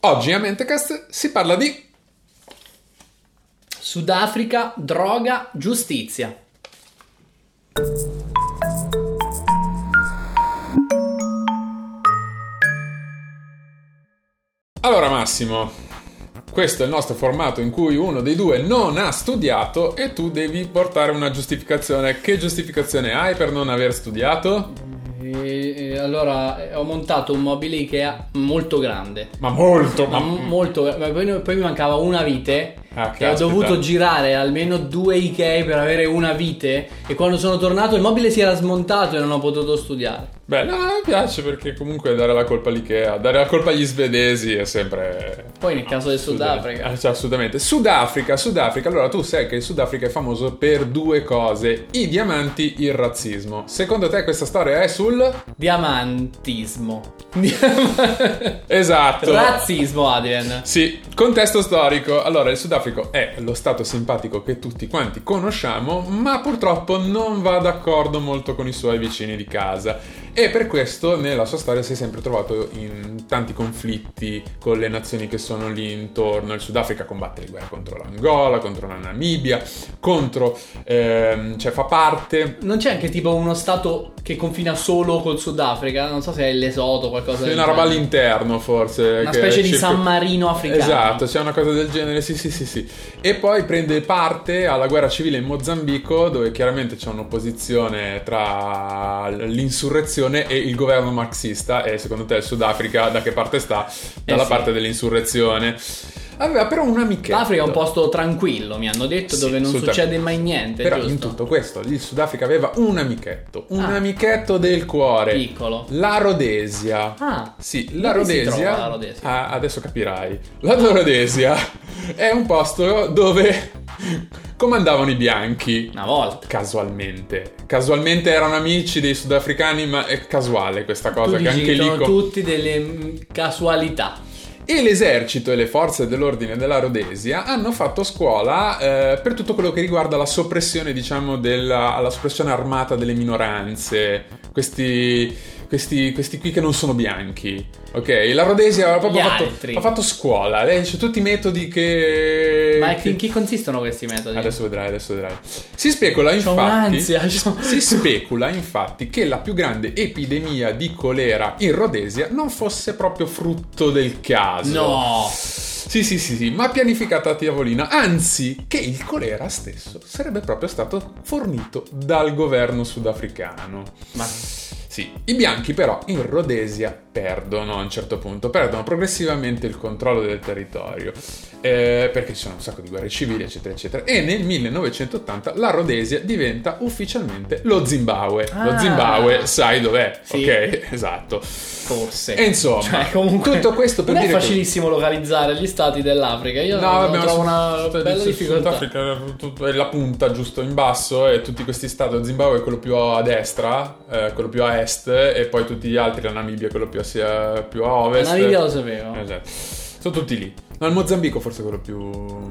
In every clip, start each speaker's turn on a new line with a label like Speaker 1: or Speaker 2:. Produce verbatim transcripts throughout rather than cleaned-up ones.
Speaker 1: Oggi a Mentecast si parla di
Speaker 2: Sudafrica, droga, giustizia.
Speaker 1: Allora Massimo, questo è il nostro formato in cui uno dei due non ha studiato e tu devi portare una giustificazione. Che giustificazione hai per non aver studiato?
Speaker 2: E, e allora ho montato un mobile Ikea molto grande.
Speaker 1: Ma molto,
Speaker 2: Ma
Speaker 1: ma...
Speaker 2: m- molto ma poi, poi mi mancava una vite.
Speaker 1: Ah,
Speaker 2: Che ho
Speaker 1: caspita.
Speaker 2: dovuto girare almeno due Ikea per avere una vite. E quando sono tornato il mobile si era smontato e non ho potuto studiare.
Speaker 1: Beh, no, mi piace perché comunque dare la colpa all'Ikea, dare la colpa agli svedesi è sempre...
Speaker 2: Poi nel caso del
Speaker 1: Assolutamente.
Speaker 2: Sudafrica.
Speaker 1: Ah, cioè, assolutamente. Sudafrica, Sudafrica. Allora tu sai che il Sudafrica è famoso per due cose: i diamanti, il razzismo. Secondo te questa storia è sul...
Speaker 2: Diamantismo.
Speaker 1: Esatto.
Speaker 2: Razzismo, Adrian.
Speaker 1: Sì, contesto storico. Allora, il Sudafrica è lo stato simpatico che tutti quanti conosciamo, ma purtroppo non va d'accordo molto con i suoi vicini di casa. E per questo nella sua storia si è sempre trovato in tanti conflitti con le nazioni che sono lì intorno. Il Sudafrica combatte le guerre contro l'Angola, contro la Namibia, contro... Ehm, cioè fa parte...
Speaker 2: Non c'è anche tipo uno stato che confina solo col Sudafrica? Non so se è l'Esoto o qualcosa
Speaker 1: È
Speaker 2: del
Speaker 1: una roba
Speaker 2: genere.
Speaker 1: all'interno forse.
Speaker 2: Una
Speaker 1: che
Speaker 2: specie di
Speaker 1: circa-
Speaker 2: San Marino africano.
Speaker 1: Esatto, c'è una cosa del genere, sì sì sì sì. E poi prende parte alla guerra civile in Mozambico, dove chiaramente c'è un'opposizione tra l'insurrezione e il governo marxista. E secondo te il Sudafrica da che parte sta? Dalla
Speaker 2: sì.
Speaker 1: parte dell'insurrezione. Aveva però un amichetto.
Speaker 2: L'Africa è un posto tranquillo, mi hanno detto,
Speaker 1: Sì,
Speaker 2: dove non
Speaker 1: assolutamente.
Speaker 2: succede mai niente,
Speaker 1: Però
Speaker 2: giusto?
Speaker 1: in tutto questo il Sudafrica aveva un amichetto, un
Speaker 2: Ah.
Speaker 1: amichetto del cuore.
Speaker 2: Piccolo.
Speaker 1: La Rhodesia.
Speaker 2: Ah.
Speaker 1: Sì, la
Speaker 2: Dove si
Speaker 1: Rhodesia.
Speaker 2: trova la Rhodesia?
Speaker 1: Ah, adesso capirai. La Rhodesia è un posto dove comandavano i bianchi.
Speaker 2: Una volta.
Speaker 1: Casualmente. Casualmente erano amici dei sudafricani, ma è casuale questa cosa.
Speaker 2: Tu
Speaker 1: che
Speaker 2: dici
Speaker 1: anche
Speaker 2: che
Speaker 1: lì.
Speaker 2: sono
Speaker 1: co-
Speaker 2: tutti delle mm, casualità.
Speaker 1: E l'esercito e le forze dell'ordine della Rhodesia hanno fatto scuola eh, per tutto quello che riguarda la soppressione, diciamo, della la soppressione armata delle minoranze, questi, questi, questi qui che non sono bianchi, ok? La Rhodesia ha proprio
Speaker 2: Gli
Speaker 1: fatto,
Speaker 2: altri.
Speaker 1: ha fatto scuola, lei dice tutti i metodi che...
Speaker 2: Ma
Speaker 1: che-
Speaker 2: in che consistono questi metodi?
Speaker 1: Adesso vedrai, adesso vedrai. Si specula
Speaker 2: C'ho
Speaker 1: infatti
Speaker 2: un'ansia, c'ho-
Speaker 1: si specula infatti che la più grande epidemia di colera in Rhodesia non fosse proprio frutto del caso.
Speaker 2: No.
Speaker 1: Sì, sì, sì, sì, ma pianificata a tavolino, anzi che il colera stesso sarebbe proprio stato fornito dal governo sudafricano.
Speaker 2: Ma
Speaker 1: Sì, i bianchi però in Rhodesia perdono a un certo punto, perdono progressivamente il controllo del territorio, eh, perché ci sono un sacco di guerre civili, eccetera, eccetera. E nel millenovecentottanta la Rhodesia diventa ufficialmente lo Zimbabwe. Lo
Speaker 2: Ah.
Speaker 1: Zimbabwe sai dov'è,
Speaker 2: Sì.
Speaker 1: ok? Esatto.
Speaker 2: forse.
Speaker 1: E insomma,
Speaker 2: Cioè, comunque,
Speaker 1: tutto questo per
Speaker 2: non è
Speaker 1: dire che-
Speaker 2: facilissimo localizzare gli stati dell'Africa. Io
Speaker 1: No,
Speaker 2: no,
Speaker 1: vabbè, ma
Speaker 2: trovo
Speaker 1: su-
Speaker 2: una
Speaker 1: su-
Speaker 2: bella
Speaker 1: su-
Speaker 2: difficoltà.
Speaker 1: Sudafrica è tutto- è la punta giusto in basso e tutti questi stati, lo Zimbabwe è quello più a destra, eh, quello più a est e poi tutti gli altri, la Namibia è quello più a, sia- più a ovest.
Speaker 2: La Namibia lo sapevo.
Speaker 1: Esatto. Sono tutti lì. Ma il Mozambico forse è quello più...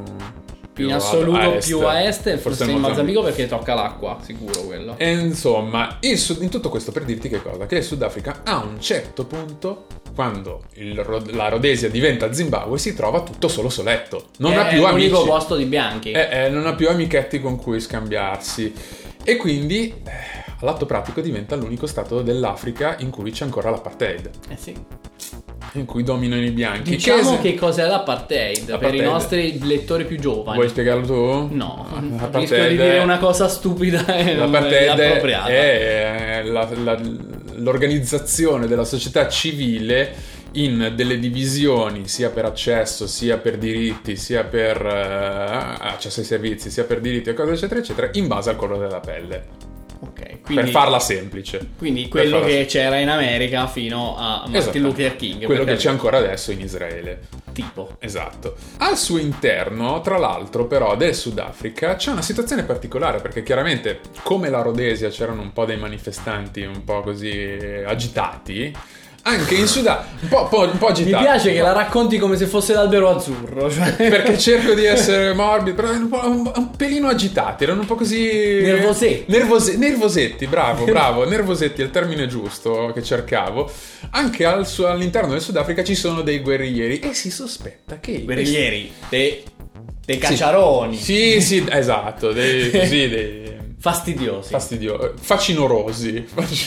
Speaker 1: più
Speaker 2: In
Speaker 1: a-
Speaker 2: assoluto
Speaker 1: a est.
Speaker 2: più a est e
Speaker 1: Forse
Speaker 2: forse
Speaker 1: il
Speaker 2: in Mozambico perché tocca l'acqua, sicuro quello.
Speaker 1: E insomma, il Sud- in tutto questo per dirti che cosa? Che il Sudafrica a un certo punto, quando il Ro- la Rhodesia diventa Zimbabwe, si trova tutto solo soletto. Non ha
Speaker 2: è
Speaker 1: più amici.
Speaker 2: l'unico posto di bianchi.
Speaker 1: Eh, eh, non ha più amichetti con cui scambiarsi. E quindi, eh, all'atto pratico, diventa l'unico stato dell'Africa in cui c'è ancora l'apartheid.
Speaker 2: Eh sì.
Speaker 1: In cui dominano i bianchi.
Speaker 2: Diciamo
Speaker 1: Che
Speaker 2: che cos'è l'apartheid, per
Speaker 1: L'apartheid.
Speaker 2: i nostri lettori più giovani.
Speaker 1: Vuoi spiegarlo tu?
Speaker 2: No,
Speaker 1: L'apartheid
Speaker 2: rischio di dire una cosa stupida e non
Speaker 1: L'apartheid
Speaker 2: appropriata.
Speaker 1: è la- la- l'organizzazione della società civile in delle divisioni sia per accesso, sia per diritti, sia per eh, accesso ai servizi, sia per diritti e cose eccetera eccetera, in base al colore della pelle.
Speaker 2: Ok, quindi,
Speaker 1: Per farla semplice.
Speaker 2: quindi
Speaker 1: Per
Speaker 2: quello
Speaker 1: farla
Speaker 2: che
Speaker 1: semplice.
Speaker 2: c'era in America fino a Martin
Speaker 1: Esatto.
Speaker 2: Luther King.
Speaker 1: Quello
Speaker 2: perché-
Speaker 1: che c'è ancora adesso in Israele.
Speaker 2: tipo.
Speaker 1: Esatto. Al suo interno, tra l'altro, però, del Sudafrica c'è una situazione particolare perché chiaramente, come la Rhodesia, c'erano un po' dei manifestanti un po' così agitati. Anche in Sudafrica, un po', po', un po' agitato.
Speaker 2: Mi piace che la racconti come se fosse l'albero azzurro, cioè...
Speaker 1: perché cerco di essere morbido, però un, po', un, un pelino agitati, erano un po' così...
Speaker 2: Nervosetti.
Speaker 1: Nervose, nervosetti, bravo, bravo, nervosetti è il termine giusto che cercavo. Anche al, su, all'interno del Sudafrica ci sono dei guerriglieri e si sospetta che...
Speaker 2: Guerriglieri, dei, dei cacciaroni.
Speaker 1: Sì, sì, esatto, dei, così, dei...
Speaker 2: Fastidiosi.
Speaker 1: Fastidiosi, facinorosi.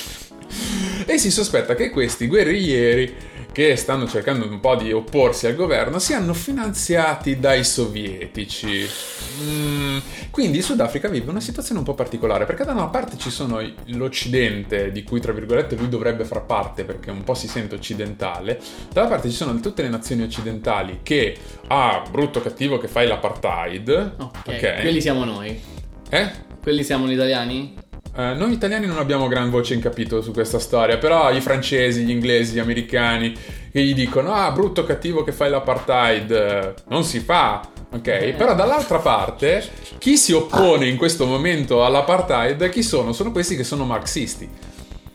Speaker 1: E si sospetta che questi guerriglieri che stanno cercando un po' di opporsi al governo siano finanziati dai sovietici. Mm, quindi il Sudafrica vive una situazione un po' particolare, perché da una parte ci sono l'Occidente, di cui tra virgolette lui dovrebbe far parte perché un po' si sente occidentale, dall'altra parte ci sono tutte le nazioni occidentali che, ah, brutto cattivo che fai l'apartheid.
Speaker 2: Ok,
Speaker 1: okay.
Speaker 2: Quelli siamo noi.
Speaker 1: Eh?
Speaker 2: Quelli siamo gli italiani?
Speaker 1: Uh, noi italiani non abbiamo gran voce in capitolo su questa storia, però i francesi, gli inglesi, gli americani che gli dicono ah, brutto cattivo che fai l'apartheid, non si fa, ok? Eh. Però dall'altra parte chi si oppone in questo momento all'apartheid chi sono? Sono questi che sono marxisti.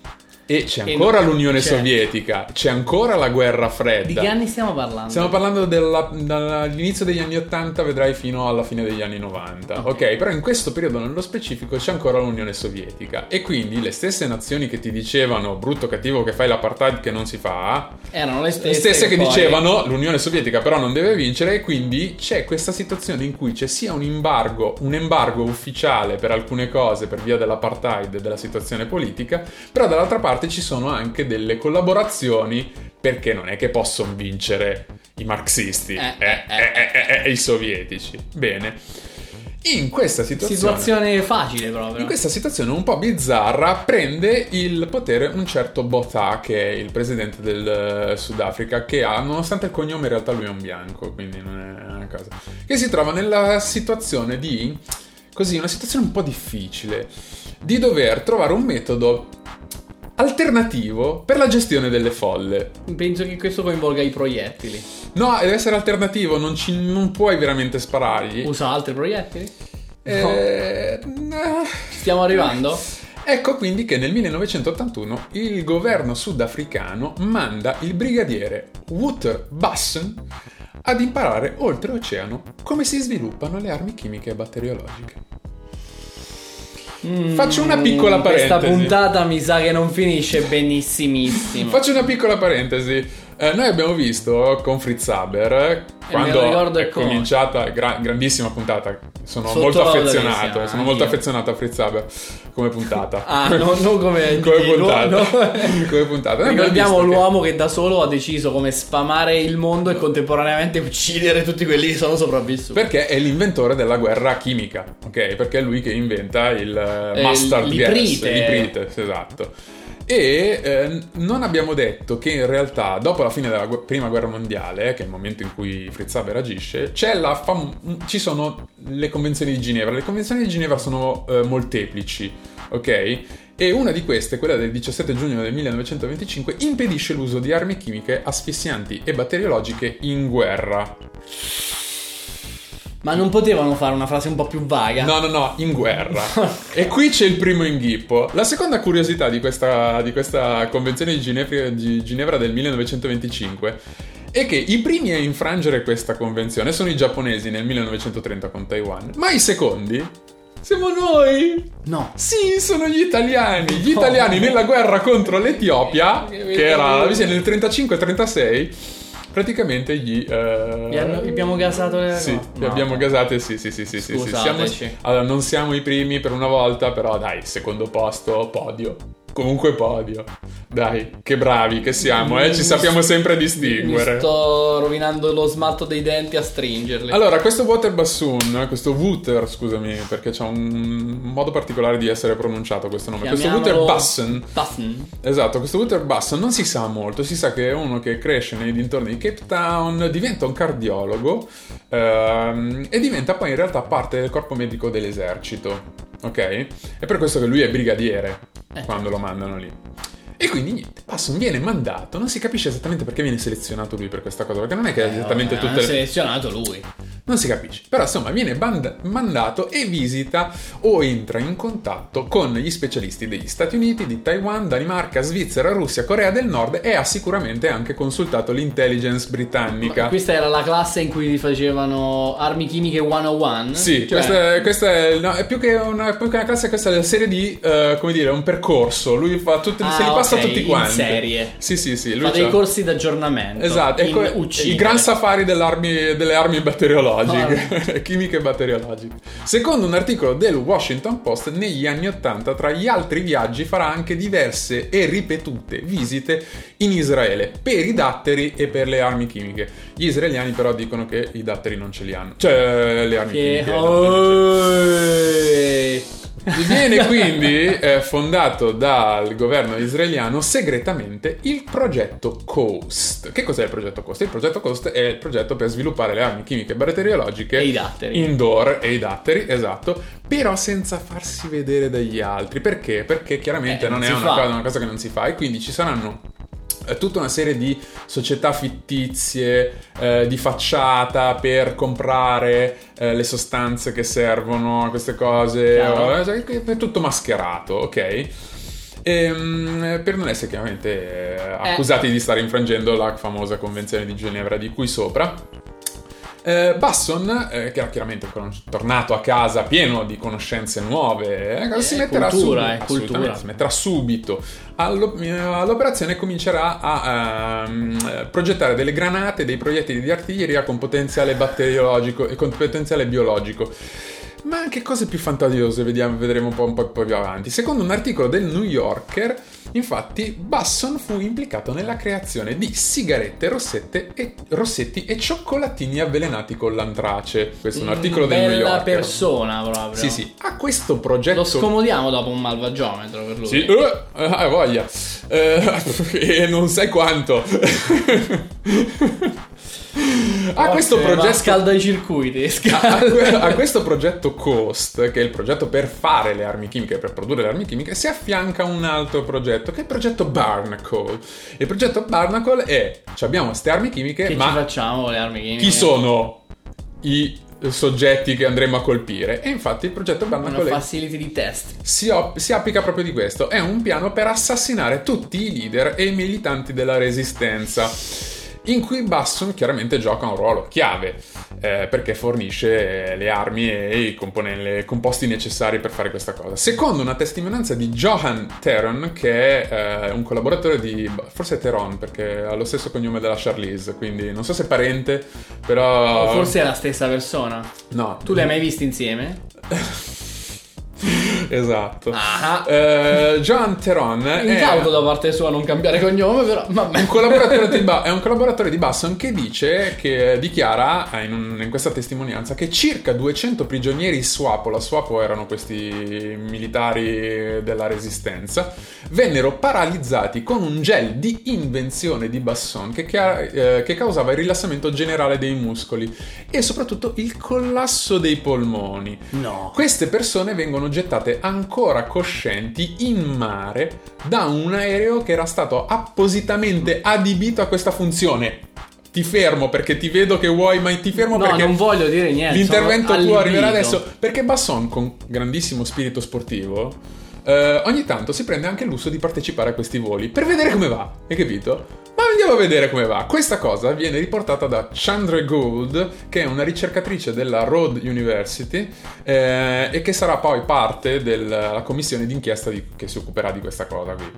Speaker 1: E c'è ancora e non, l'Unione certo. Sovietica, c'è ancora la guerra fredda.
Speaker 2: Di che anni stiamo parlando?
Speaker 1: Stiamo parlando della, dall'inizio degli anni ottanta, vedrai, fino alla fine degli anni novanta. Okay. ok, però in questo periodo nello specifico c'è ancora l'Unione Sovietica. E quindi le stesse nazioni che ti dicevano brutto cattivo che fai l'apartheid che non si fa,
Speaker 2: erano le stesse,
Speaker 1: le stesse che, che
Speaker 2: poi...
Speaker 1: dicevano l'Unione Sovietica però non deve vincere. E quindi c'è questa situazione in cui c'è sia un embargo, un embargo ufficiale per alcune cose per via dell'apartheid e della situazione politica, però dall'altra parte ci sono anche delle collaborazioni perché non è che possono vincere i marxisti e eh, eh, eh, eh, eh, i sovietici. Bene, in questa situazione
Speaker 2: situazione facile proprio
Speaker 1: in questa situazione un po' bizzarra prende il potere un certo Botha, che è il presidente del Sudafrica, che ha, nonostante il cognome in realtà lui è un bianco, quindi non è una cosa, che si trova nella situazione di così una situazione un po' difficile di dover trovare un metodo alternativo per la gestione delle folle.
Speaker 2: Penso che questo coinvolga i proiettili.
Speaker 1: No, deve essere alternativo, non, ci, non puoi veramente sparargli.
Speaker 2: Usa altri proiettili?
Speaker 1: Eh, no.
Speaker 2: Stiamo arrivando?
Speaker 1: Ecco quindi che nel millenovecentottantuno il governo sudafricano manda il brigadiere Wouter Basson ad imparare oltreoceano come si sviluppano le armi chimiche e batteriologiche.
Speaker 2: Mm,
Speaker 1: Faccio una piccola parentesi.
Speaker 2: Questa puntata mi sa che non finisce benissimissimo.
Speaker 1: Faccio una piccola parentesi. Eh, noi abbiamo visto con Fritz Haber quando è cominciata, gra- grandissima puntata. Sono molto affezionato, sono molto affezionato a Fritz Haber come puntata.
Speaker 2: Ah, no, non come
Speaker 1: come puntata. No. come puntata.
Speaker 2: Ricordiamo l'uomo che... che da solo ha deciso come spamare il mondo e contemporaneamente uccidere tutti quelli che sono sopravvissuti.
Speaker 1: Perché è l'inventore della guerra chimica, ok? Perché è lui che inventa il eh, mustard gas, l'iprite, esatto. E eh, non abbiamo detto che in realtà dopo la fine della gu- prima guerra mondiale, che è il momento in cui Fritz Haber agisce, c'è la fam- ci sono le convenzioni di Ginevra. Le convenzioni di Ginevra sono eh, molteplici, ok? E una di queste, quella del diciassette giugno del millenovecentoventicinque, impedisce l'uso di armi chimiche asfissianti e batteriologiche in guerra.
Speaker 2: Ma non potevano fare una frase un po' più vaga?
Speaker 1: No, no, no, in guerra. E qui c'è il primo inghippo. La seconda curiosità di questa, di questa convenzione di Ginevra, di Ginevra del millenovecentoventicinque è che i primi a infrangere questa convenzione sono i giapponesi nel millenovecentotrenta con Taiwan, ma i secondi siamo noi!
Speaker 2: No.
Speaker 1: Sì, sono gli italiani. Gli no. italiani nella guerra contro l'Etiopia, che era nel trentacinque trentasei, praticamente gli uh...
Speaker 2: hanno, abbiamo gasato le
Speaker 1: sì,
Speaker 2: no.
Speaker 1: li abbiamo gasate sì sì sì sì sì, sì. Siamo, allora non siamo i primi per una volta, però dai, secondo posto, podio, comunque podio, dai, che bravi che siamo, eh? Ci sappiamo sempre distinguere.
Speaker 2: Mi sto rovinando lo smalto dei denti a stringerli.
Speaker 1: Allora, questo Wouter Basson, questo Wouter, scusami, perché c'è un modo particolare di essere pronunciato questo nome.
Speaker 2: Chiamiamolo
Speaker 1: questo Wouter Basson,
Speaker 2: Basson.
Speaker 1: Esatto, questo Wouter Basson non si sa molto, si sa che è uno che cresce nei dintorni di Cape Town, diventa un cardiologo ehm, e diventa poi in realtà parte del corpo medico dell'esercito, ok? È per questo che lui è brigadiere eh. quando lo mandano lì. E quindi niente, Basson viene mandato, non si capisce esattamente perché viene selezionato lui per questa cosa, perché non è che
Speaker 2: eh,
Speaker 1: esattamente
Speaker 2: vabbè,
Speaker 1: tutte le...
Speaker 2: selezionato lui.
Speaker 1: Non si capisce, però insomma viene band- mandato e visita o entra in contatto con gli specialisti degli Stati Uniti, di Taiwan, Danimarca, Svizzera, Russia, Corea del Nord e ha sicuramente anche consultato l'intelligence britannica.
Speaker 2: Ma questa era la classe in cui facevano armi chimiche centouno?
Speaker 1: Sì,
Speaker 2: cioè...
Speaker 1: questa, è, questa è, no, è più che, una, più che una classe, questa è la serie di, uh, come dire, un percorso. Lui fa tutti,
Speaker 2: ah,
Speaker 1: se li passa
Speaker 2: okay,
Speaker 1: tutti quanti.
Speaker 2: In serie.
Speaker 1: Sì, sì, sì. Lui
Speaker 2: fa
Speaker 1: c'ha...
Speaker 2: dei corsi d'aggiornamento.
Speaker 1: Esatto, ecco, il gran safari delle armi, delle armi batteriologiche.
Speaker 2: Oh.
Speaker 1: Chimiche batteriologiche. Secondo un articolo del Washington Post, negli anni ottanta, tra gli altri viaggi, farà anche diverse e ripetute visite in Israele per i datteri e per le armi chimiche. Gli israeliani però dicono che i datteri non ce li hanno. Cioè, le armi
Speaker 2: che...
Speaker 1: chimiche.
Speaker 2: Oh.
Speaker 1: Viene quindi eh, fondato dal governo israeliano segretamente il progetto COAST. Che cos'è il progetto COAST? Il progetto COAST è il progetto per sviluppare le armi chimiche batteriologiche
Speaker 2: e i datteri
Speaker 1: indoor e i datteri, esatto, però senza farsi vedere dagli altri. Perché? Perché chiaramente
Speaker 2: eh,
Speaker 1: non,
Speaker 2: non
Speaker 1: è
Speaker 2: una
Speaker 1: una cosa, una cosa che non si fa, e quindi ci saranno tutta una serie di società fittizie eh, di facciata per comprare eh, le sostanze che servono a queste cose, o, è tutto mascherato, ok? Ehm, per non essere chiaramente eh, accusati eh. di stare infrangendo la famosa Convenzione di Ginevra di qui sopra. Eh, Basson, eh, che era chiaramente tornato a casa pieno di conoscenze nuove, eh, si metterà
Speaker 2: cultura,
Speaker 1: subito,
Speaker 2: cultura.
Speaker 1: si metterà subito all'operazione e comincerà a um, progettare delle granate, dei proiettili di artiglieria con potenziale batteriologico e con potenziale biologico. Ma anche cose più fantasiose vediamo, vedremo un po', un po' più avanti. Secondo un articolo del New Yorker, infatti, Basson fu implicato nella creazione di sigarette, rossette e, rossetti e cioccolatini avvelenati con l'antrace. Questo è un articolo
Speaker 2: mm,
Speaker 1: del New Yorker.
Speaker 2: Bella persona proprio.
Speaker 1: Sì, sì. A questo progetto...
Speaker 2: Lo scomodiamo dopo un malvagiometro per lui.
Speaker 1: Sì, uh, ah, voglia. Uh, e non sai quanto. A okay, questo progetto
Speaker 2: scalda i circuiti
Speaker 1: scalda. A, a questo progetto COAST, che è il progetto per fare le armi chimiche, per produrre le armi chimiche, si affianca un altro progetto, che è il progetto Barnacle. Il progetto Barnacle è: abbiamo queste armi chimiche,
Speaker 2: che
Speaker 1: ma
Speaker 2: ci facciamo le armi chimiche?
Speaker 1: Chi sono i soggetti che andremo a colpire? E infatti il progetto Barnacle
Speaker 2: una facility di test
Speaker 1: si, op- si applica proprio di questo. È un piano per assassinare tutti i leader e i militanti della resistenza, in cui Basson chiaramente gioca un ruolo chiave, eh, perché fornisce le armi e i componenti, composti necessari per fare questa cosa. Secondo una testimonianza di Johan Theron, che è eh, un collaboratore di... forse è Theron, perché ha lo stesso cognome della Charlize, quindi non so se è parente, però...
Speaker 2: O forse è la stessa persona.
Speaker 1: No.
Speaker 2: Tu li hai mai visti insieme?
Speaker 1: Esatto.
Speaker 2: Ah.
Speaker 1: uh, Johan Theron
Speaker 2: incauto è... da parte sua non cambiare cognome, però vabbè.
Speaker 1: Un collaboratore di ba- è un collaboratore di Basson che dice, che dichiara in, un, in questa testimonianza, che circa duecento prigionieri SWAPO, la SWAPO erano questi militari della resistenza, vennero paralizzati con un gel di invenzione di Basson che, che, eh, che causava il rilassamento generale dei muscoli e soprattutto il collasso dei polmoni.
Speaker 2: No.
Speaker 1: Queste persone vengono gettate ancora coscienti in mare da un aereo che era stato appositamente adibito a questa funzione. Ti fermo perché ti vedo che vuoi, ma ti fermo
Speaker 2: no,
Speaker 1: perché
Speaker 2: non voglio dire niente.
Speaker 1: L'intervento tuo arriverà adesso, perché Basson, con grandissimo spirito sportivo, eh, ogni tanto si prende anche il lusso di partecipare a questi voli per vedere come va, hai capito? Ma andiamo a vedere come va. Questa cosa viene riportata da Chandra Gould, che è una ricercatrice della Rhodes University eh, e che sarà poi parte della commissione d'inchiesta di, che si occuperà di questa cosa qui.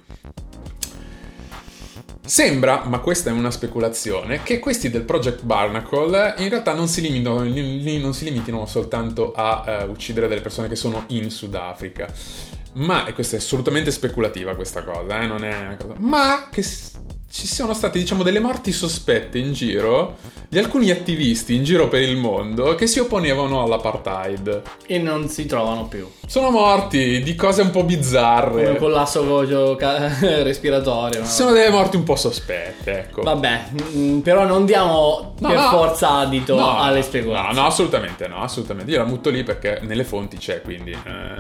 Speaker 1: Sembra, ma questa è una speculazione, che questi del Project Barnacle in realtà non si limitino, non si limitino soltanto a uh, uccidere delle persone che sono in Sudafrica. Ma, e questa è assolutamente speculativa questa cosa, eh, non è una cosa, ma che ci sono state, diciamo, delle morti sospette in giro di alcuni attivisti in giro per il mondo che si opponevano all'apartheid.
Speaker 2: E non si trovano più.
Speaker 1: Sono morti di cose un po' bizzarre.
Speaker 2: Come collasso respiratorio. No?
Speaker 1: Sono delle morti un po' sospette, ecco.
Speaker 2: Vabbè, mh, però non diamo no, per no. forza adito
Speaker 1: no,
Speaker 2: alle speculazioni.
Speaker 1: No, no, assolutamente no, assolutamente. Io la butto lì perché nelle fonti c'è, quindi...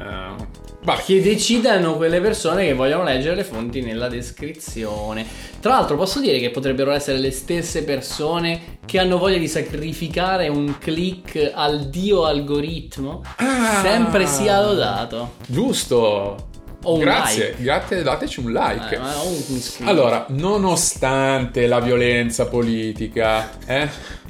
Speaker 1: Eh...
Speaker 2: Che decidano quelle persone che vogliono leggere le fonti nella descrizione. Tra l'altro posso dire che potrebbero essere le stesse persone che hanno voglia di sacrificare un click al dio algoritmo,
Speaker 1: Ah.
Speaker 2: sempre sia lodato.
Speaker 1: Giusto.
Speaker 2: O un
Speaker 1: Grazie,
Speaker 2: like.
Speaker 1: grazie, dateci un like.
Speaker 2: Eh, ma un iscritto.
Speaker 1: Allora, nonostante la violenza politica, eh?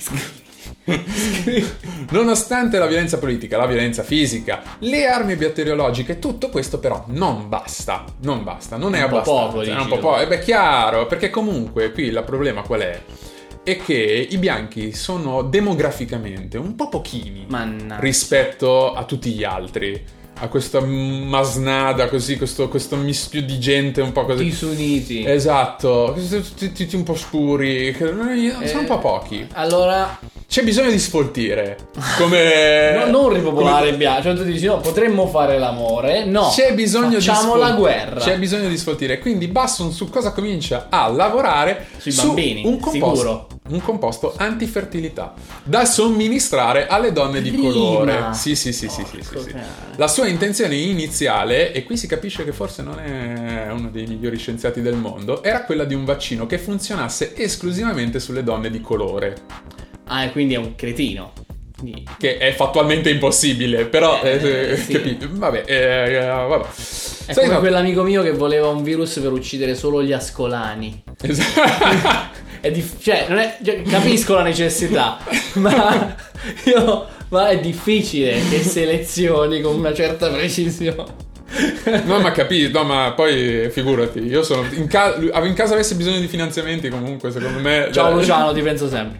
Speaker 1: Nonostante la violenza politica, la violenza fisica, le armi batteriologiche, tutto questo però non basta. Non basta, non è
Speaker 2: Un po'
Speaker 1: abbastanza.
Speaker 2: poco,
Speaker 1: è un
Speaker 2: dici
Speaker 1: po'
Speaker 2: tu.
Speaker 1: poco. E beh, chiaro, perché comunque qui il problema qual è? È che i bianchi sono demograficamente un po' pochini
Speaker 2: Mannaggia.
Speaker 1: rispetto a tutti gli altri. A questa masnada così, questo, questo mischio di gente un po' così.
Speaker 2: Disuniti.
Speaker 1: Esatto, tutti, tutti un po' scuri, che sono
Speaker 2: Eh,
Speaker 1: un po' pochi.
Speaker 2: Allora,
Speaker 1: C'è bisogno di sfoltire. Come.
Speaker 2: no, non ripopolare
Speaker 1: come-
Speaker 2: il bianco. Cioè tu dici no, potremmo fare l'amore. No,
Speaker 1: C'è bisogno di
Speaker 2: facciamo
Speaker 1: sfol-
Speaker 2: la guerra.
Speaker 1: C'è bisogno di sfoltire. Quindi Basson su cosa comincia a lavorare?
Speaker 2: Sui
Speaker 1: Su
Speaker 2: bambini,
Speaker 1: un composto,
Speaker 2: sicuro.
Speaker 1: un composto antifertilità da somministrare alle donne di
Speaker 2: Prima.
Speaker 1: colore. Sì, sì, sì, sì, sì, sì,
Speaker 2: Porco
Speaker 1: sì.
Speaker 2: cane.
Speaker 1: La sua intenzione iniziale, e qui si capisce che forse non è uno dei migliori scienziati del mondo, era quella di un vaccino che funzionasse esclusivamente sulle donne di colore.
Speaker 2: Ah, e quindi è un cretino. Quindi-
Speaker 1: Che è fattualmente impossibile, però
Speaker 2: Eh,
Speaker 1: eh,
Speaker 2: sì.
Speaker 1: capito? Vabbè, eh, eh, vabbè.
Speaker 2: È
Speaker 1: Sai
Speaker 2: come
Speaker 1: cosa-
Speaker 2: quell'amico mio che voleva un virus per uccidere solo gli ascolani.
Speaker 1: Esatto.
Speaker 2: È dif- cioè, non è, cioè, capisco la necessità, ma io, ma è difficile che selezioni con una certa precisione.
Speaker 1: No, ma capito, no, ma poi figurati, io sono in, ca- in caso avesse bisogno di finanziamenti comunque, secondo me.
Speaker 2: Ciao Luciano, ti penso sempre.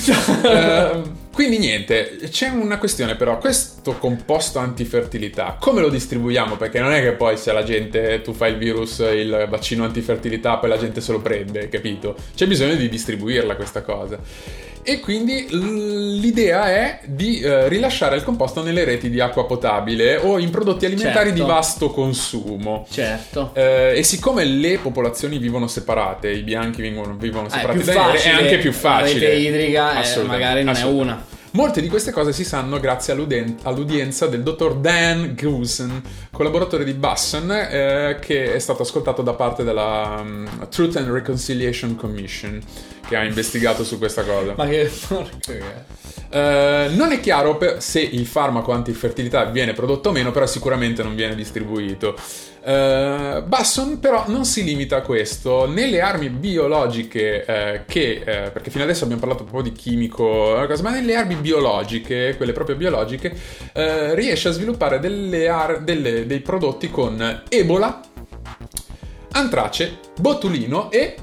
Speaker 1: Eh, quindi niente, c'è una questione però, questo composto antifertilità, come lo distribuiamo? Perché non è che poi se la gente, tu fai il virus, il vaccino antifertilità, poi la gente se lo prende, capito? C'è bisogno di distribuirla questa cosa. E quindi l- l'idea è di eh, rilasciare il composto nelle reti di acqua potabile o in prodotti alimentari
Speaker 2: Certo.
Speaker 1: di vasto consumo.
Speaker 2: Certo.
Speaker 1: Eh, e siccome le popolazioni vivono separate, i bianchi vivono, vivono
Speaker 2: Ah, è
Speaker 1: separati
Speaker 2: più
Speaker 1: dai neri, è
Speaker 2: facile,
Speaker 1: anche più facile.
Speaker 2: La rete idrica eh,
Speaker 1: Assolutamente,
Speaker 2: magari non è
Speaker 1: assolutamente.
Speaker 2: una.
Speaker 1: Molte di queste cose si sanno grazie all'uden- all'udienza del dottor Dan Goosen, collaboratore di Basson, eh, che è stato ascoltato da parte della um, Truth and Reconciliation Commission, che ha investigato su questa cosa.
Speaker 2: Ma che porco che-
Speaker 1: Eh, non è chiaro per- se il farmaco antifertilità viene prodotto o meno, però sicuramente non viene distribuito. Eh, Basson però non si limita a questo. Nelle armi biologiche eh, che, eh, perché fino adesso abbiamo parlato proprio di chimico, una cosa, ma nelle armi biologiche, quelle proprio biologiche, eh, riesce a sviluppare delle ar- delle- dei prodotti con Ebola, antrace, botulino e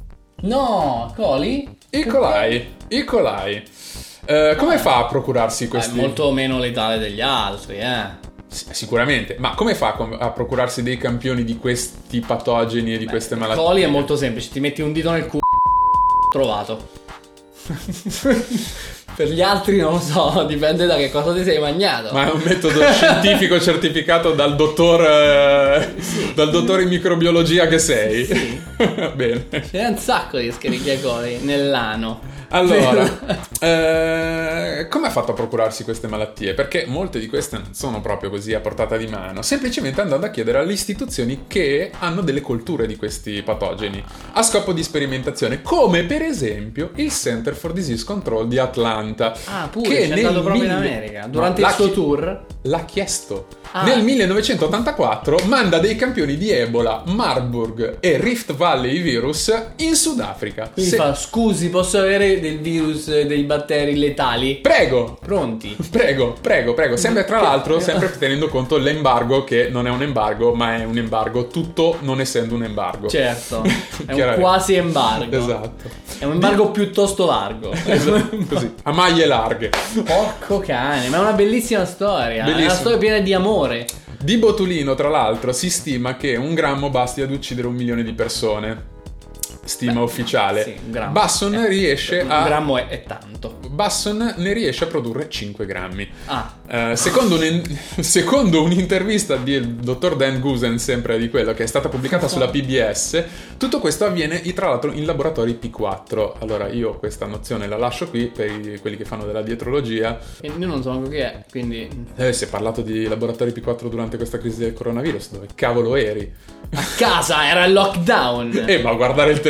Speaker 2: No, coli?
Speaker 1: E. coli. E. coli. Eh, come fa a procurarsi
Speaker 2: È
Speaker 1: questi?
Speaker 2: molto meno letale degli altri, eh.
Speaker 1: Sì, sicuramente, ma come fa a com- a procurarsi dei campioni di questi patogeni e di queste malattie?
Speaker 2: Coli è molto semplice, ti metti un dito nel culo. Trovato. Per gli altri non lo so, dipende da che cosa ti sei mangiato.
Speaker 1: Ma è un metodo scientifico certificato dal dottor eh, dal dottore in microbiologia che sei.
Speaker 2: Sì.
Speaker 1: Bene.
Speaker 2: Ce n'è un sacco di Escherichia coli nell'ano.
Speaker 1: Allora, eh, come ha fatto a procurarsi queste malattie? Perché molte di queste non sono proprio così a portata di mano, semplicemente andando a chiedere alle istituzioni che hanno delle colture di questi patogeni a scopo di sperimentazione, come per esempio il Center for Disease Control di Atlanta.
Speaker 2: Ah, pure,
Speaker 1: che
Speaker 2: c'è
Speaker 1: nel
Speaker 2: andato proprio in
Speaker 1: mille-
Speaker 2: America. Durante
Speaker 1: No,
Speaker 2: il
Speaker 1: l'ha
Speaker 2: suo
Speaker 1: chi-
Speaker 2: tour.
Speaker 1: L'ha chiesto.
Speaker 2: Ah.
Speaker 1: Nel millenovecentottantaquattro manda dei campioni di Ebola, Marburg e Rift Valley virus in Sudafrica.
Speaker 2: Quindi
Speaker 1: Se-
Speaker 2: fa, scusi, posso avere del virus, eh, dei batteri letali?
Speaker 1: Prego,
Speaker 2: Pronti?
Speaker 1: prego, prego, prego. Sempre tra l'altro, sempre tenendo conto l'embargo, che non è un embargo, ma è un embargo, tutto non essendo un embargo.
Speaker 2: Certo, è un
Speaker 1: Chiaramente.
Speaker 2: quasi embargo.
Speaker 1: Esatto.
Speaker 2: È un embargo piuttosto largo.
Speaker 1: Esatto, così, a maglie larghe.
Speaker 2: Porco cane, ma è una bellissima storia. È
Speaker 1: Bellissimo.
Speaker 2: una storia piena di amore.
Speaker 1: Di botulino, tra l'altro, si stima che un grammo basti ad uccidere un milione di persone. Stima
Speaker 2: Beh,
Speaker 1: ufficiale.
Speaker 2: sì, un grammo.
Speaker 1: Basson
Speaker 2: Eh,
Speaker 1: riesce
Speaker 2: Un
Speaker 1: a
Speaker 2: grammo è, è tanto.
Speaker 1: Basson ne riesce a produrre cinque grammi.
Speaker 2: Ah,
Speaker 1: Eh, secondo, un, secondo un'intervista del dottor Dan Goosen, sempre di quello, che è stata pubblicata sulla P B S, tutto questo avviene tra l'altro in laboratori P quattro. Allora io questa nozione la lascio qui per i- quelli che fanno della dietrologia.
Speaker 2: e io non so manco che è, quindi
Speaker 1: Eh, si è parlato di laboratori P quattro durante questa crisi del coronavirus, dove cavolo eri?
Speaker 2: a casa era il lockdown.
Speaker 1: Eh, ma a guardare il telegiornale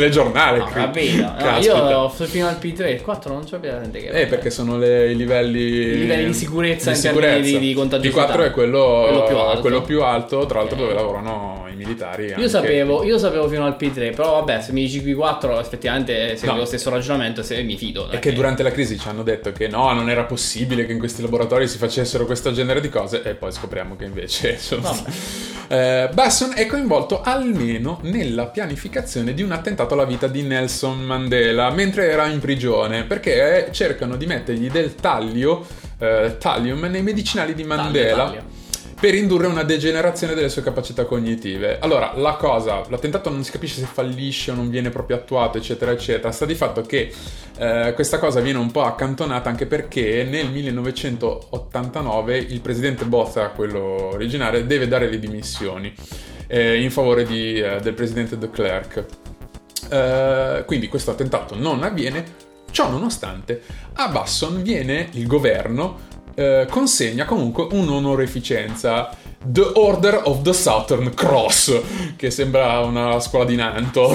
Speaker 1: telegiornale.
Speaker 2: No,
Speaker 1: qui.
Speaker 2: capito. No,
Speaker 1: Caspita.
Speaker 2: io fino al P tre, il quattro non c'ho presente che
Speaker 1: Eh, perché sono le- i livelli...
Speaker 2: I livelli di sicurezza
Speaker 1: di
Speaker 2: in termini
Speaker 1: sicurezza.
Speaker 2: di- di contagiosità.
Speaker 1: P quattro è quello,
Speaker 2: Quello più alto.
Speaker 1: quello più alto, tra l'altro
Speaker 2: Ok.
Speaker 1: dove lavorano i militari. anche.
Speaker 2: Io sapevo, io sapevo fino al P tre, però vabbè, se mi dici P quattro effettivamente segui
Speaker 1: No.
Speaker 2: lo stesso ragionamento, se mi fido.
Speaker 1: È
Speaker 2: dai.
Speaker 1: che durante la crisi ci hanno detto che no, non era possibile che in questi laboratori si facessero questo genere di cose e poi scopriamo che invece sono...
Speaker 2: Vabbè.
Speaker 1: Eh, Basson è coinvolto almeno nella pianificazione di un attentato alla vita di Nelson Mandela mentre era in prigione, perché cercano di mettergli del taglio, eh, Thallium nei medicinali di Mandela.
Speaker 2: Taglio, taglio.
Speaker 1: Per indurre una degenerazione delle sue capacità cognitive. Allora, la cosa, l'attentato non si capisce se fallisce o non viene proprio attuato, eccetera, eccetera. Sta di fatto che eh, questa cosa viene un po' accantonata anche perché nel millenovecentottantanove il presidente Botha, quello originale, deve dare le dimissioni eh, in favore di, eh, del presidente de Klerk. Eh, quindi questo attentato non avviene. Ciò nonostante, a Basson viene il governo eh, consegna comunque un'onorificenza, The Order of the Southern Cross, che sembra una scuola di Nanto,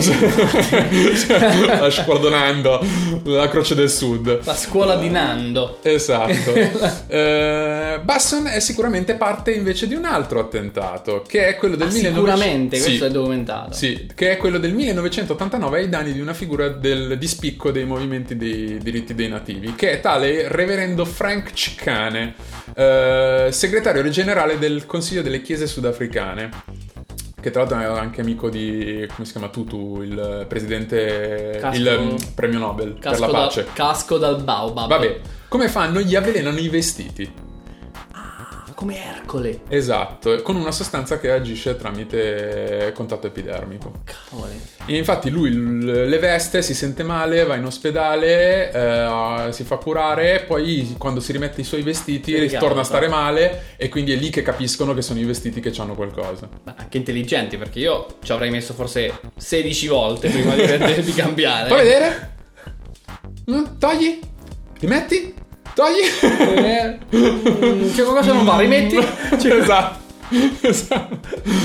Speaker 1: la scuola di Nando, la Croce del Sud.
Speaker 2: La scuola di Nando.
Speaker 1: Esatto. eh, Basson è sicuramente parte invece di un altro attentato, che è quello del
Speaker 2: Ah,
Speaker 1: millenovecento...
Speaker 2: sicuramente,
Speaker 1: Sì.
Speaker 2: questo è documentato.
Speaker 1: Sì, che è quello del millenovecentottantanove ai danni di una figura del, di spicco dei movimenti dei diritti dei nativi, che è tale reverendo Frank Chikane, eh, segretario generale del Consiglio delle Chiese Sudafricane, che tra l'altro è anche amico di, come si chiama, Tutu, il presidente,
Speaker 2: Casco-
Speaker 1: il mm, premio Nobel per la
Speaker 2: Casco,
Speaker 1: pace.
Speaker 2: da, casco dal baobab.
Speaker 1: Vabbè, come fanno? Gli avvelenano i vestiti.
Speaker 2: Come Ercole.
Speaker 1: Esatto, con una sostanza che agisce tramite contatto epidermico.
Speaker 2: Cavoli.
Speaker 1: E infatti lui l- le veste, si sente male, va in ospedale, eh, si fa curare, poi quando si rimette i suoi vestiti
Speaker 2: Si
Speaker 1: ritorna a
Speaker 2: ricalca.
Speaker 1: stare male e quindi è lì che capiscono che sono i vestiti che hanno qualcosa.
Speaker 2: Ma anche intelligenti, perché io ci avrei messo forse sedici volte prima di, di cambiare.
Speaker 1: Fai vedere? Mm, togli? Rimetti? Togli?
Speaker 2: Eh, mm, c'è qualcosa che non va, rimetti?
Speaker 1: Esatto. Esatto.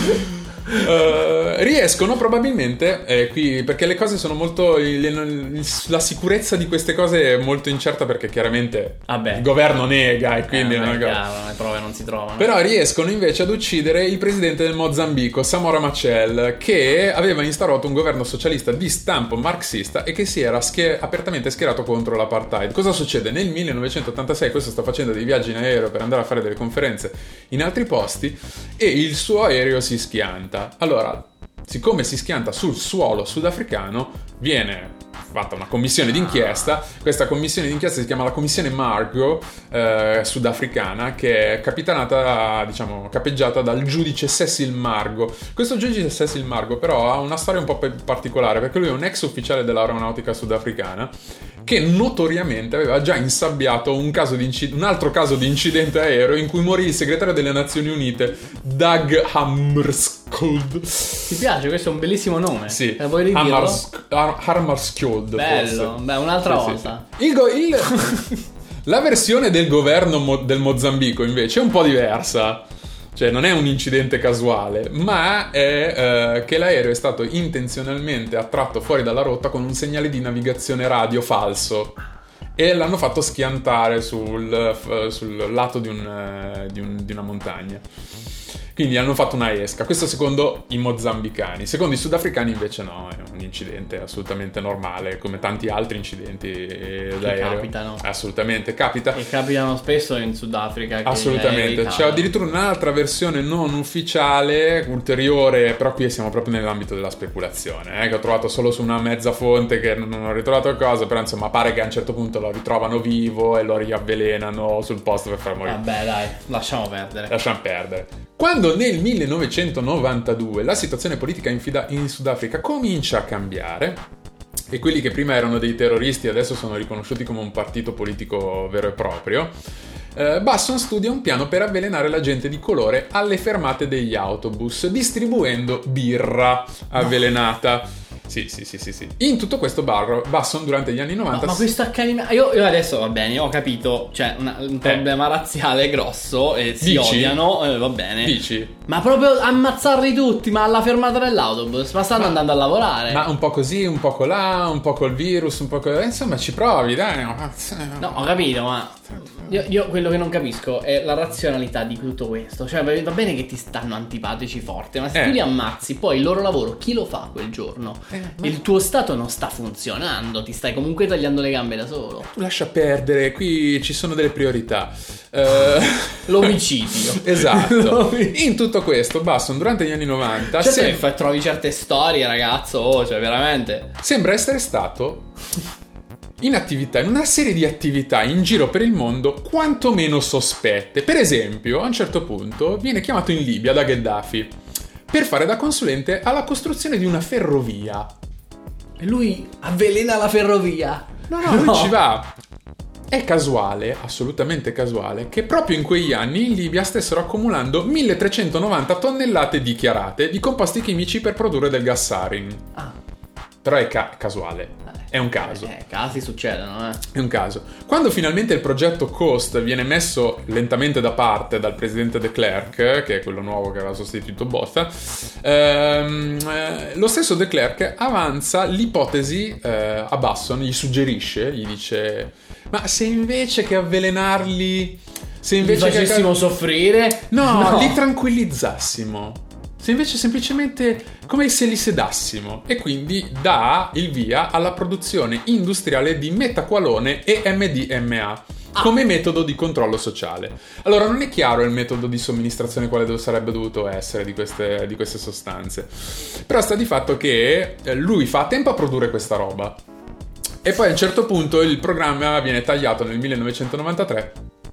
Speaker 1: Eh, riescono probabilmente eh, qui perché le cose sono molto le- la sicurezza di queste cose è molto incerta perché chiaramente
Speaker 2: Vabbè.
Speaker 1: il governo nega e quindi
Speaker 2: eh,
Speaker 1: non è
Speaker 2: beh,
Speaker 1: cosa.
Speaker 2: chiaro, le prove non si trovano.
Speaker 1: Però riescono invece ad uccidere il presidente del Mozambico, Samora Machel, che aveva instaurato un governo socialista di stampo marxista e che si era schier- apertamente schierato contro l'apartheid. Cosa succede? Nel millenovecentottantasei questo sta facendo dei viaggi in aereo per andare a fare delle conferenze in altri posti e il suo aereo si schianta. Allora, siccome si schianta sul suolo sudafricano, viene fatta una commissione d'inchiesta. Questa commissione d'inchiesta si chiama la commissione Margo eh, sudafricana, che è capitanata, diciamo, capeggiata dal giudice Cecil Margo. Questo giudice Cecil Margo però ha una storia un po' pe- particolare, perché lui è un ex ufficiale dell'aeronautica sudafricana che notoriamente aveva già insabbiato un, caso di inci- un altro caso di incidente aereo in cui morì il segretario delle Nazioni Unite Doug Hammarskjöld.
Speaker 2: Ti piace? Questo è un bellissimo nome.
Speaker 1: Sì,
Speaker 2: Eh, vuoi ridirlo?
Speaker 1: Hammars- Har- Hammarskjöld.
Speaker 2: Bello,
Speaker 1: forse.
Speaker 2: beh, un'altra
Speaker 1: Sì, sì,
Speaker 2: volta.
Speaker 1: sì. Il go- il- La versione del governo mo- del Mozambico invece è un po' diversa. Cioè non è un incidente casuale, ma è eh, che l'aereo è stato intenzionalmente attratto fuori dalla rotta con un segnale di navigazione radio falso e l'hanno fatto schiantare sul, f- sul lato di, un, eh, di, un- di una montagna. Quindi hanno fatto una esca. Questo secondo i mozambicani. Secondo i sudafricani invece no, è un incidente assolutamente normale, come tanti altri incidenti d'aereo.
Speaker 2: capitano.
Speaker 1: Assolutamente, capita.
Speaker 2: E capitano spesso in Sudafrica. Che
Speaker 1: Assolutamente,
Speaker 2: gli
Speaker 1: c'è addirittura un'altra versione non ufficiale, ulteriore, però qui siamo proprio nell'ambito della speculazione, eh, che ho trovato solo su una mezza fonte che non ho ritrovato cosa, però insomma pare che a un certo punto lo ritrovano vivo e lo riavvelenano sul posto per far morire.
Speaker 2: Vabbè, dai, lasciamo perdere.
Speaker 1: Lasciamo perdere. Quando nel millenovecentonovantadue la situazione politica in, Fida- in Sudafrica comincia a cambiare e quelli che prima erano dei terroristi adesso sono riconosciuti come un partito politico vero e proprio, eh, Basson studia un piano per avvelenare la gente di colore alle fermate degli autobus, distribuendo birra avvelenata. Sì, sì, sì, sì, sì. In tutto questo bar, Basson durante gli anni novanta...
Speaker 2: No, ma questo accanimento... Io, io adesso va bene, ho capito, c'è una, un problema eh. razziale grosso e si
Speaker 1: Dici?
Speaker 2: odiano, eh, va bene.
Speaker 1: Dici?
Speaker 2: Ma proprio ammazzarli tutti, ma alla fermata dell'autobus, ma stanno ma, andando a lavorare.
Speaker 1: Ma un po' così, un po' là, un po' col virus, un po' col... Insomma, ci provi, dai.
Speaker 2: No, ho capito, ma... Io, io quello che non capisco è la razionalità di tutto questo. Cioè, va bene che ti stanno antipatici forte, ma se
Speaker 1: eh.
Speaker 2: tu li ammazzi, poi il loro lavoro chi lo fa quel giorno? Eh, ma... Il tuo stato non sta funzionando, ti stai comunque tagliando le gambe da solo.
Speaker 1: Lascia perdere, qui ci sono delle priorità. Uh...
Speaker 2: L'omicidio.
Speaker 1: Esatto. In tutto questo, Basson durante gli anni novanta
Speaker 2: cioè,
Speaker 1: sem-
Speaker 2: se trovi certe storie, ragazzo, oh, cioè veramente
Speaker 1: sembra essere stato in attività, in una serie di attività in giro per il mondo quantomeno sospette. Per esempio, a un certo punto viene chiamato in Libia da Gheddafi per fare da consulente alla costruzione di una ferrovia.
Speaker 2: E lui avvelena la ferrovia.
Speaker 1: No, no, lui no. ci va. È casuale, assolutamente casuale, che proprio in quegli anni in Libia stessero accumulando milletrecentonovanta tonnellate dichiarate di composti chimici per produrre del gas sarin.
Speaker 2: Ah.
Speaker 1: Però è ca- casuale, è un caso.
Speaker 2: Eh, casi succedono, eh. È
Speaker 1: un caso. Quando finalmente il progetto Coast viene messo lentamente da parte dal presidente de Klerk, che è quello nuovo che aveva sostituito Botha, ehm, eh, lo stesso de Klerk avanza l'ipotesi eh, a Basson, gli suggerisce, gli dice: ma se invece che avvelenarli, se invece
Speaker 2: li facessimo
Speaker 1: che
Speaker 2: soffrire,
Speaker 1: no,
Speaker 2: no,
Speaker 1: li tranquillizzassimo. Se invece semplicemente come se li sedassimo, e quindi dà il via alla produzione industriale di metaqualone e M D M A come ah. metodo di controllo sociale. Allora non è chiaro il metodo di somministrazione quale sarebbe dovuto essere di queste, di queste sostanze, però sta di fatto che lui fa a tempo a produrre questa roba e poi a un certo punto il programma viene tagliato nel millenovecentonovantatré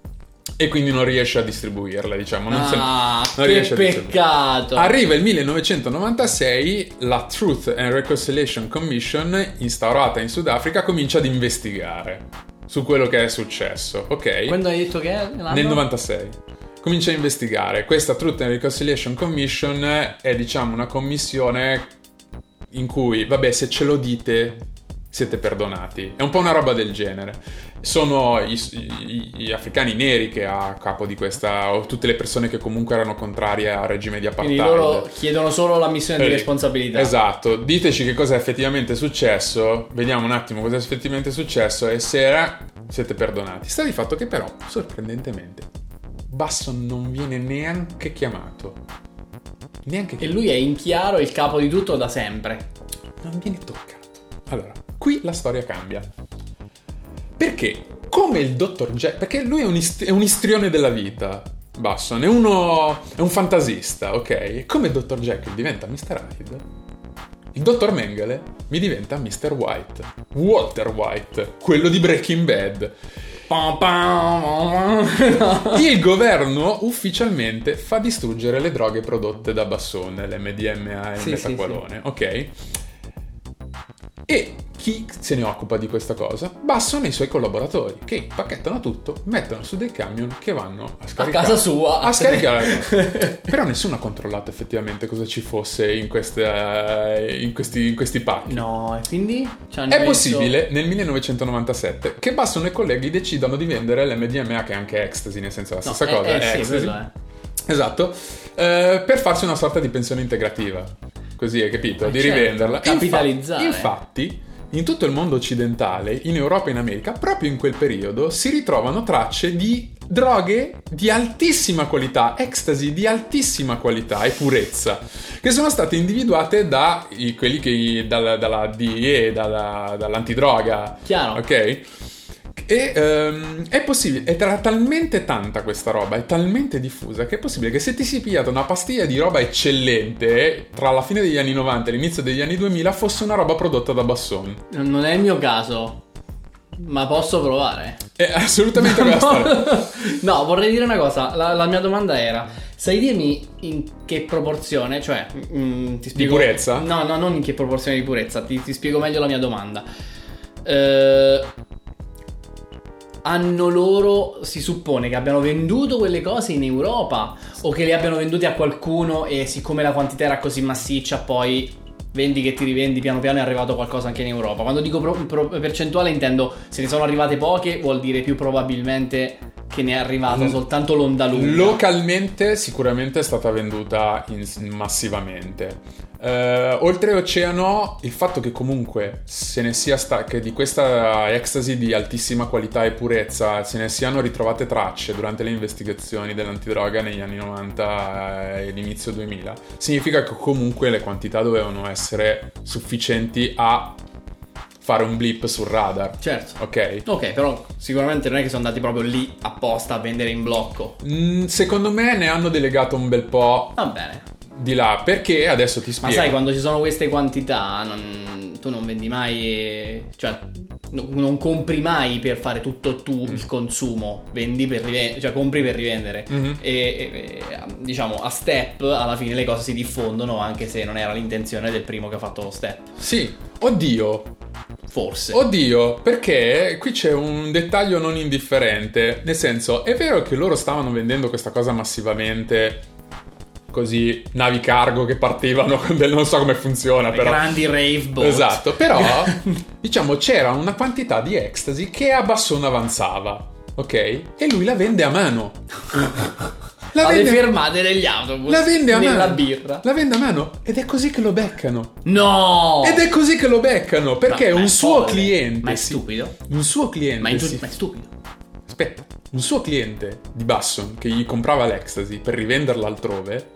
Speaker 1: e quindi non riesce a distribuirla, diciamo. Non,
Speaker 2: ah,
Speaker 1: se, non
Speaker 2: che
Speaker 1: riesce
Speaker 2: peccato!
Speaker 1: A Arriva il millenovecentonovantasei, la Truth and Reconciliation Commission, instaurata in Sudafrica, comincia ad investigare su quello che è successo, ok?
Speaker 2: Quando hai detto che è? L'anno?
Speaker 1: Nel novantasei. Comincia a investigare. Questa Truth and Reconciliation Commission è, diciamo, una commissione in cui, vabbè, se ce lo dite, siete perdonati. È un po' una roba del genere. Sono i, i, gli africani neri che a capo di questa, o tutte le persone che comunque erano contrarie al regime di apartheid.
Speaker 2: Quindi loro chiedono solo l'ammissione eh, di responsabilità.
Speaker 1: Esatto, diteci che cosa è effettivamente successo, vediamo un attimo cosa è effettivamente successo e se era, siete perdonati. Sta di fatto che però, sorprendentemente, Basson non viene neanche chiamato. Neanche chiamato.
Speaker 2: E lui è in chiaro il capo di tutto da sempre.
Speaker 1: Non viene toccato. Allora, qui la storia cambia. Perché, come il dottor Jack, perché lui è un, ist- è un istrione della vita, Basson, è uno, è un fantasista, ok? E come il dottor Jekyll diventa mister Hyde, il dottor Mengele mi diventa mister White, Walter White, quello di Breaking Bad. Il governo ufficialmente fa distruggere le droghe prodotte da Basson, l'M D M A e il
Speaker 2: sì,
Speaker 1: metaqualone,
Speaker 2: sì, sì.
Speaker 1: ok? E chi se ne occupa di questa cosa? Basson e i suoi collaboratori, che impacchettano tutto, mettono su dei camion che vanno a scaricare
Speaker 2: a casa sua
Speaker 1: a scaricare. Però nessuno ha controllato effettivamente cosa ci fosse in, queste, in, questi, in questi pacchi.
Speaker 2: No, e quindi
Speaker 1: è messo... possibile nel millenovecentonovantasette che Basson e i colleghi decidano di vendere l'M D M A, che è anche ecstasy, nel senso la stessa
Speaker 2: no,
Speaker 1: cosa,
Speaker 2: è, è,
Speaker 1: è
Speaker 2: sì,
Speaker 1: ecstasy.
Speaker 2: è.
Speaker 1: Esatto, eh, per farsi una sorta di pensione integrativa. Così, hai capito? Di certo, rivenderla.
Speaker 2: Capitalizzare.
Speaker 1: Infatti, infatti, in tutto il mondo occidentale, in Europa e in America, proprio in quel periodo, si ritrovano tracce di droghe di altissima qualità, ecstasy di altissima qualità e purezza, che sono state individuate da i, quelli che dalla, dalla D E A, dalla, dall'antidroga.
Speaker 2: Chiaro.
Speaker 1: Ok? E um, è possibile, è tra, talmente tanta questa roba, è talmente diffusa che è possibile che se ti si pigliato una pastiglia di roba eccellente tra la fine degli anni novanta e l'inizio degli anni duemila fosse una roba prodotta da Basson.
Speaker 2: Non è il mio caso, ma posso provare.
Speaker 1: È assolutamente quella storia.
Speaker 2: No, vorrei dire una cosa, la, la mia domanda era: sai dirmi in che proporzione, cioè mh, ti spiego...
Speaker 1: Di purezza?
Speaker 2: No, no, non in che proporzione di purezza, ti, ti spiego meglio la mia domanda. Eh... Hanno loro, si suppone che abbiano venduto quelle cose in Europa o che le abbiano vendute a qualcuno e siccome la quantità era così massiccia poi vendi che ti rivendi, piano piano è arrivato qualcosa anche in Europa. Quando dico pro- pro- percentuale intendo se ne sono arrivate poche, vuol dire più probabilmente che ne è arrivata
Speaker 1: Mm.
Speaker 2: soltanto l'onda lunga.
Speaker 1: Localmente sicuramente è stata venduta in- massivamente. Eh, oltreoceano, il fatto che comunque se ne sia sta- che di questa ecstasy di altissima qualità e purezza se ne siano ritrovate tracce durante le investigazioni dell'antidroga negli anni novanta e l'inizio duemila, significa che comunque le quantità dovevano essere sufficienti a fare un blip sul radar.
Speaker 2: Certo.
Speaker 1: Ok?
Speaker 2: Ok, però sicuramente non è che sono andati proprio lì apposta a vendere in blocco.
Speaker 1: Mm, secondo me ne hanno delegato un bel po'
Speaker 2: Va bene.
Speaker 1: di là, perché adesso ti
Speaker 2: Ma
Speaker 1: spiego.
Speaker 2: sai, quando ci sono queste quantità, non- tu non vendi mai, cioè no- non compri mai per fare tutto tu il consumo, vendi per rivendere, cioè compri per rivendere.
Speaker 1: Mhm.
Speaker 2: E, e- e, diciamo a step alla fine le cose si diffondono, anche se non era l'intenzione del primo che ha fatto lo step.
Speaker 1: Sì, oddio,
Speaker 2: Forse.
Speaker 1: oddio, perché qui c'è un dettaglio non indifferente, nel senso, è vero che loro stavano vendendo questa cosa massivamente, così, navi cargo che partivano con del, non so come funziona,
Speaker 2: Le
Speaker 1: però.
Speaker 2: grandi rave boat.
Speaker 1: Esatto, però, diciamo, c'era una quantità di ecstasy che a Basson avanzava, ok? E lui la vende a mano. La
Speaker 2: Alle
Speaker 1: vende,
Speaker 2: fermate degli autobus.
Speaker 1: la vende a
Speaker 2: nella
Speaker 1: mano.
Speaker 2: birra.
Speaker 1: La vende a mano. Ed è così che lo beccano.
Speaker 2: No!
Speaker 1: Ed è così che lo beccano, perché
Speaker 2: Ma- ma
Speaker 1: un
Speaker 2: è
Speaker 1: suo
Speaker 2: folle.
Speaker 1: cliente...
Speaker 2: Ma è
Speaker 1: si-
Speaker 2: stupido.
Speaker 1: Un suo cliente...
Speaker 2: Ma è, giu-
Speaker 1: si-
Speaker 2: ma è stupido.
Speaker 1: Aspetta, un suo cliente di Basson che gli comprava l'ecstasy per rivenderla altrove,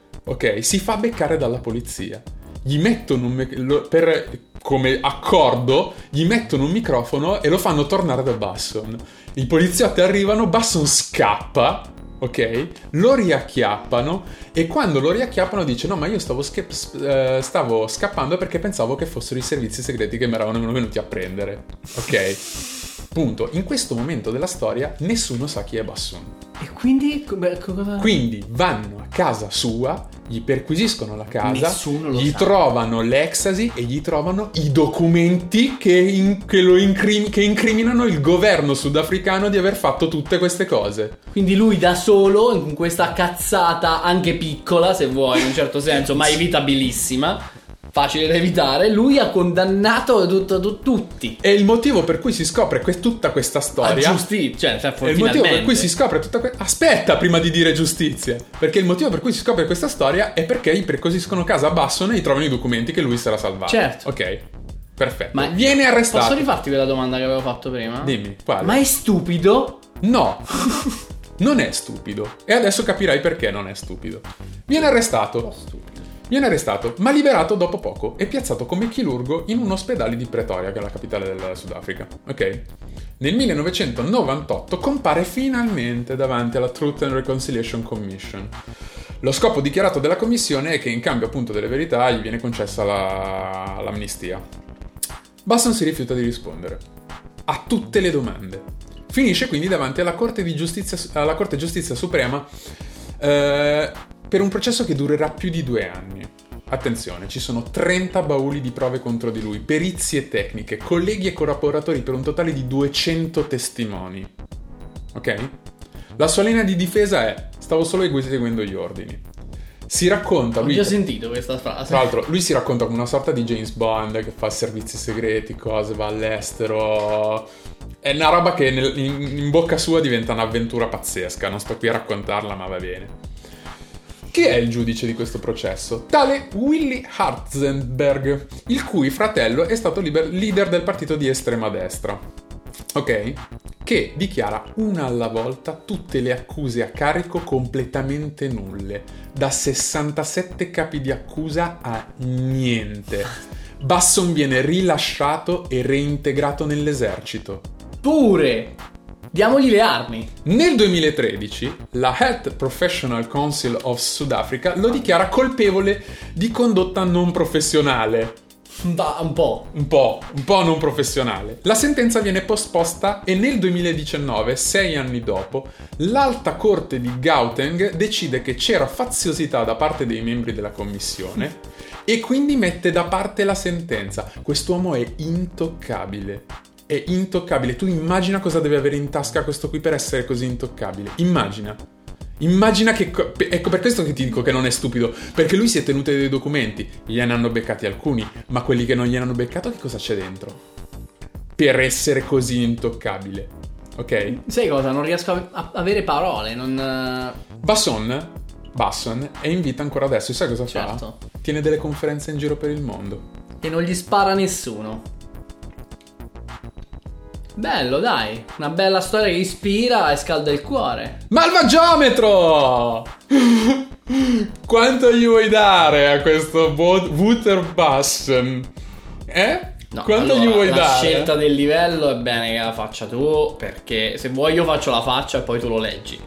Speaker 1: ok, si fa beccare dalla polizia. Gli mettono un me- lo- per come accordo, gli mettono un microfono e lo fanno tornare da Basson. I poliziotti arrivano, Basson scappa, ok? Lo riacchiappano e quando lo riacchiappano dice: no, ma io stavo, sche- s- eh, stavo scappando perché pensavo che fossero i servizi segreti che mi erano venuti a prendere, ok? Punto. In questo momento della storia nessuno sa chi è Basson.
Speaker 2: E quindi come- cosa?
Speaker 1: Quindi vanno a casa sua, gli perquisiscono la casa,
Speaker 2: Nessuno lo
Speaker 1: gli
Speaker 2: sa.
Speaker 1: trovano l'ecstasy e gli trovano i documenti che, in- che lo incrim- che incriminano il governo sudafricano di aver fatto tutte queste cose.
Speaker 2: Quindi lui da solo, con questa cazzata anche piccola, se vuoi, in un certo senso, ma evitabilissima, facile da evitare, lui ha condannato tutto, tu- tutti.
Speaker 1: E il motivo per cui si scopre que- tutta questa
Speaker 2: A
Speaker 1: storia...
Speaker 2: giustizia, cioè,
Speaker 1: E il motivo per cui si scopre tutta questa... Aspetta prima di dire giustizia. Perché il motivo per cui si scopre questa storia è perché gli perquisiscono casa a Basson e gli trovano i documenti che lui si era salvato.
Speaker 2: Certo.
Speaker 1: Ok, perfetto.
Speaker 2: Ma
Speaker 1: viene arrestato.
Speaker 2: Posso rifarti quella domanda che avevo fatto prima?
Speaker 1: Dimmi, quale?
Speaker 2: Ma è stupido?
Speaker 1: No, non è stupido. E adesso capirai perché non è stupido. Viene arrestato.
Speaker 2: Stupido.
Speaker 1: Viene arrestato, ma liberato dopo poco e piazzato come chirurgo in un ospedale di Pretoria, che è la capitale del Sudafrica. Ok? Nel millenovecentonovantotto compare finalmente davanti alla Truth and Reconciliation Commission. Lo scopo dichiarato della commissione è che in cambio appunto delle verità gli viene concessa la- l'amnistia. Basson si rifiuta di rispondere a tutte le domande. Finisce quindi davanti alla Corte di Giustizia, alla Corte Giustizia Suprema eh, per un processo che durerà più di due anni. Attenzione, ci sono trenta bauli di prove contro di lui, perizie tecniche, colleghi e collaboratori per un totale di duecento testimoni. Ok? La sua linea di difesa è: stavo solo eseguendo gli ordini. Si racconta,
Speaker 2: Ho
Speaker 1: lui,
Speaker 2: già sentito questa frase.
Speaker 1: tra l'altro, lui si racconta come una sorta di James Bond che fa servizi segreti, cose, va all'estero. È una roba che nel- in, in bocca sua diventa un'avventura pazzesca. Non sto qui a raccontarla, ma va bene. Chi è il giudice di questo processo? Tale Willy Hartzenberg, il cui fratello è stato liber- leader del partito di estrema destra. Ok? Che dichiara una alla volta tutte le accuse a carico completamente nulle. Da sessantasette capi di accusa a niente. Basson viene rilasciato e reintegrato nell'esercito.
Speaker 2: Pure! Diamogli le armi.
Speaker 1: Nel duemilatredici la Health Professional Council of Sudafrica lo dichiara colpevole di condotta non professionale.
Speaker 2: Da, un po'.
Speaker 1: Un po', un po' non professionale. La sentenza viene posposta e nel duemiladiciannove, sei anni dopo, l'Alta Corte di Gauteng decide che c'era faziosità da parte dei membri della commissione e quindi mette da parte la sentenza. Quest'uomo è intoccabile. È intoccabile. Tu immagina cosa deve avere in tasca questo qui per essere così intoccabile. Immagina. Immagina che... co- pe- ecco per questo che ti dico che non è stupido, perché lui si è tenuto dei documenti, gliene hanno beccati alcuni, ma quelli che non gliene hanno beccato che cosa c'è dentro? Per essere così intoccabile, ok?
Speaker 2: Sai cosa? Non riesco a, a avere parole, non...
Speaker 1: Basson, Basson è in vita ancora adesso, sai cosa
Speaker 2: Certo.
Speaker 1: fa? Tiene delle conferenze in giro per il mondo.
Speaker 2: E non gli spara nessuno. Bello, dai. Una bella storia che ispira e scalda il cuore.
Speaker 1: Malvagiometro! Quanto gli vuoi dare a questo Bo- Wouter Basson? Eh?
Speaker 2: No,
Speaker 1: Quanto
Speaker 2: allora,
Speaker 1: gli vuoi
Speaker 2: la
Speaker 1: dare?
Speaker 2: scelta del livello è bene che la faccia tu, perché se vuoi io faccio la faccia e poi tu lo leggi.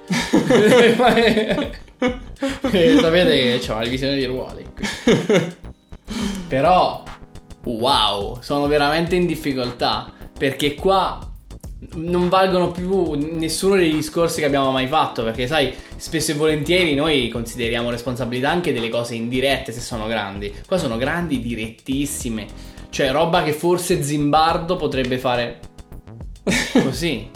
Speaker 2: E sapete che c'è una divisione di ruoli qui. Però, wow, sono veramente in difficoltà, perché qua non valgono più nessuno dei discorsi che abbiamo mai fatto, perché sai, spesso e volentieri noi consideriamo responsabilità anche delle cose indirette se sono grandi. Qua sono grandi, direttissime, cioè roba che forse Zimbardo potrebbe fare così.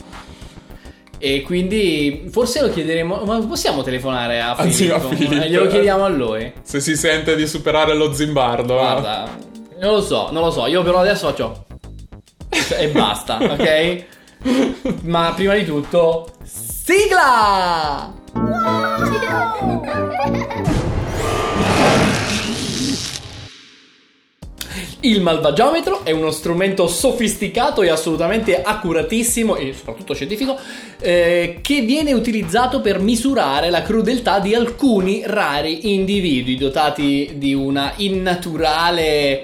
Speaker 2: E quindi forse lo chiederemo, ma possiamo telefonare a
Speaker 1: Ah, sì,
Speaker 2: Filippo?
Speaker 1: a Filippo.
Speaker 2: E glielo chiediamo a lui.
Speaker 1: Se si sente di superare lo Zimbardo.
Speaker 2: Guarda, non lo so, non lo so, io però adesso faccio e basta, ok? Ma prima di tutto, sigla! Il malvagiometro è uno strumento sofisticato e assolutamente accuratissimo e soprattutto scientifico eh, che viene utilizzato per misurare la crudeltà di alcuni rari individui dotati di una innaturale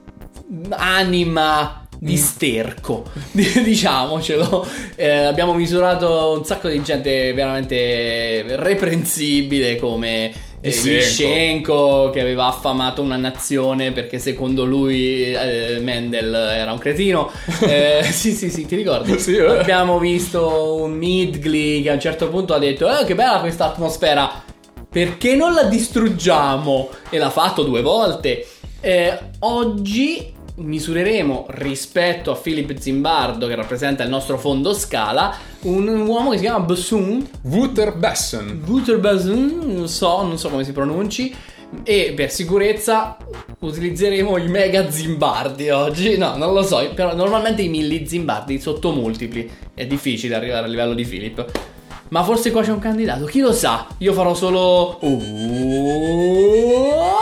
Speaker 2: anima di sterco, diciamocelo. Eh, abbiamo misurato un sacco di gente veramente reprensibile come eh, Lysenko, che aveva affamato una nazione perché secondo lui eh, Mendel era un cretino. Eh, sì, sì, sì, ti ricordi?
Speaker 1: Sì, eh.
Speaker 2: Abbiamo visto un Midgley che a un certo punto ha detto eh, che bella questa atmosfera, perché non la distruggiamo? E l'ha fatto due volte. Eh, oggi misureremo, rispetto a Philip Zimbardo, che rappresenta il nostro fondo scala, un uomo che si chiama Basson.
Speaker 1: Wouter Basson.
Speaker 2: Wouter Basson, non so, non so come si pronunci. E per sicurezza utilizzeremo i mega Zimbardi oggi. No, non lo so, però normalmente i milli Zimbardi sottomultipli. È difficile arrivare al livello di Philip. Ma forse qua c'è un candidato, chi lo sa? Io farò solo... Oh.